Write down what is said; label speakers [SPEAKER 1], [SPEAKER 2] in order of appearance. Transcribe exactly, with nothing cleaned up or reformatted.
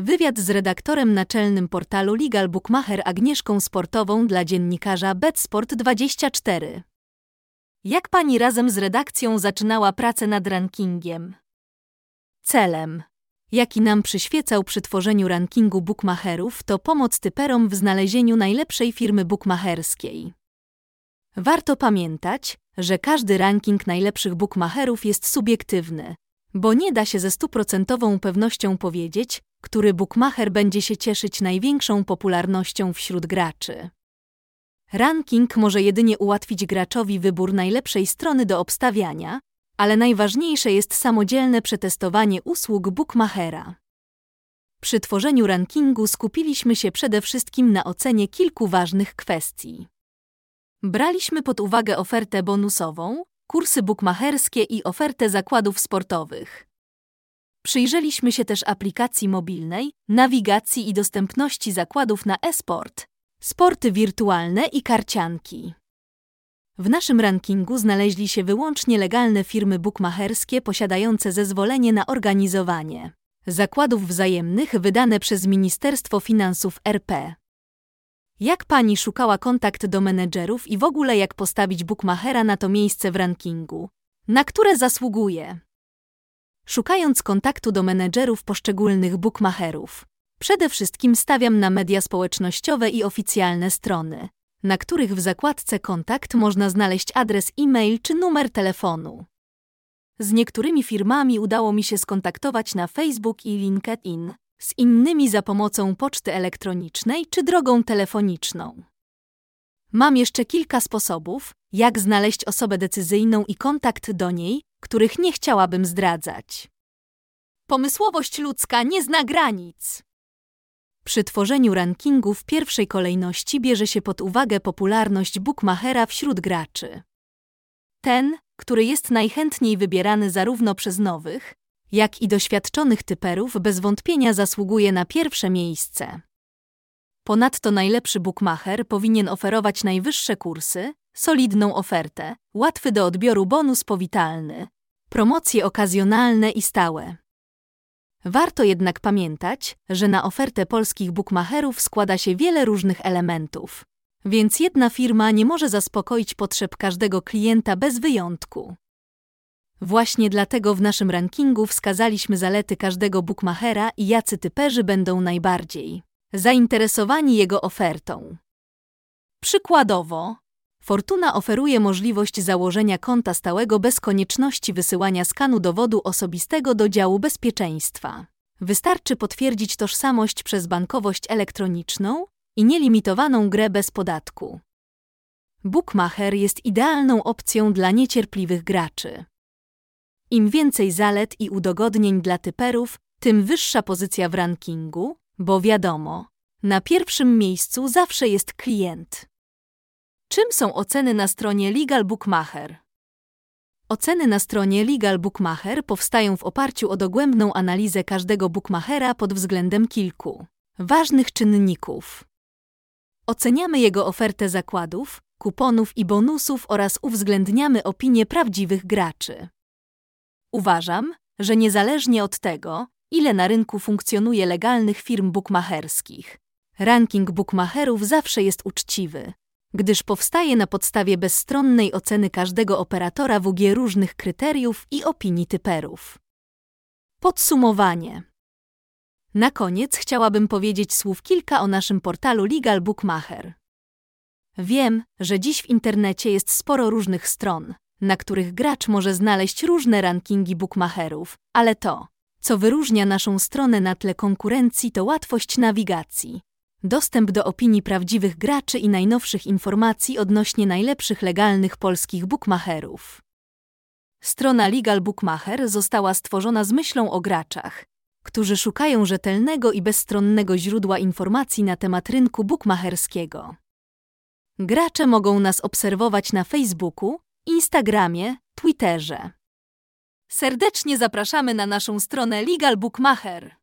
[SPEAKER 1] Wywiad z redaktorem naczelnym portalu Legal Bookmacher Agnieszką Sportową dla dziennikarza BetSport dwadzieścia cztery. Jak pani razem z redakcją zaczynała pracę nad rankingiem? Celem, jaki nam przyświecał przy tworzeniu rankingu bookmacherów, to pomoc typerom w znalezieniu najlepszej firmy bookmacherskiej. Warto pamiętać, że każdy ranking najlepszych bookmacherów jest subiektywny, bo nie da się ze stuprocentową pewnością powiedzieć, który bookmacher będzie się cieszyć największą popularnością wśród graczy. Ranking może jedynie ułatwić graczowi wybór najlepszej strony do obstawiania, ale najważniejsze jest samodzielne przetestowanie usług bookmachera. Przy tworzeniu rankingu skupiliśmy się przede wszystkim na ocenie kilku ważnych kwestii. Braliśmy pod uwagę ofertę bonusową, kursy bookmacherskie i ofertę zakładów sportowych. Przyjrzeliśmy się też aplikacji mobilnej, nawigacji i dostępności zakładów na e-sport, sporty wirtualne i karcianki. W naszym rankingu znaleźli się wyłącznie legalne firmy bookmacherskie posiadające zezwolenie na organizowanie zakładów wzajemnych wydane przez Ministerstwo Finansów R P. Jak pani szukała kontakt do menedżerów i w ogóle jak postawić bookmachera na to miejsce w rankingu, na które zasługuje? Szukając kontaktu do menedżerów poszczególnych bookmacherów, przede wszystkim stawiam na media społecznościowe i oficjalne strony, na których w zakładce Kontakt można znaleźć adres e-mail czy numer telefonu. Z niektórymi firmami udało mi się skontaktować na Facebook i LinkedIn, z innymi za pomocą poczty elektronicznej czy drogą telefoniczną. Mam jeszcze kilka sposobów, jak znaleźć osobę decyzyjną i kontakt do niej, których nie chciałabym zdradzać. Pomysłowość ludzka nie zna granic. Przy tworzeniu rankingu w pierwszej kolejności bierze się pod uwagę popularność bookmachera wśród graczy. Ten, który jest najchętniej wybierany zarówno przez nowych, jak i doświadczonych typerów, bez wątpienia zasługuje na pierwsze miejsce. Ponadto najlepszy bookmacher powinien oferować najwyższe kursy, solidną ofertę, łatwy do odbioru bonus powitalny, promocje okazjonalne i stałe. Warto jednak pamiętać, że na ofertę polskich bookmacherów składa się wiele różnych elementów, więc jedna firma nie może zaspokoić potrzeb każdego klienta bez wyjątku. Właśnie dlatego w naszym rankingu wskazaliśmy zalety każdego bookmachera i jacy typerzy będą najbardziej zainteresowani jego ofertą. Przykładowo, Fortuna oferuje możliwość założenia konta stałego bez konieczności wysyłania skanu dowodu osobistego do działu bezpieczeństwa. Wystarczy potwierdzić tożsamość przez bankowość elektroniczną i nielimitowaną grę bez podatku. Bookmacher jest idealną opcją dla niecierpliwych graczy. Im więcej zalet i udogodnień dla typerów, tym wyższa pozycja w rankingu, bo wiadomo, na pierwszym miejscu zawsze jest klient. Czym są oceny na stronie Legal Bookmacher? Oceny na stronie Legal Bookmacher powstają w oparciu o dogłębną analizę każdego bookmachera pod względem kilku ważnych czynników. Oceniamy jego ofertę zakładów, kuponów i bonusów oraz uwzględniamy opinie prawdziwych graczy. Uważam, że niezależnie od tego, ile na rynku funkcjonuje legalnych firm bookmacherskich, ranking bookmacherów zawsze jest uczciwy, gdyż powstaje na podstawie bezstronnej oceny każdego operatora W G różnych kryteriów i opinii typerów. Podsumowanie. Na koniec chciałabym powiedzieć słów kilka o naszym portalu Legal Bookmacher. Wiem, że dziś w internecie jest sporo różnych stron, na których gracz może znaleźć różne rankingi bookmacherów, ale to, co wyróżnia naszą stronę na tle konkurencji, to łatwość nawigacji, dostęp do opinii prawdziwych graczy i najnowszych informacji odnośnie najlepszych legalnych polskich bookmacherów. Strona Legal Bookmacher została stworzona z myślą o graczach, którzy szukają rzetelnego i bezstronnego źródła informacji na temat rynku bookmacherskiego. Gracze mogą nas obserwować na Facebooku, Instagramie, Twitterze. Serdecznie zapraszamy na naszą stronę Legal Bookmacher.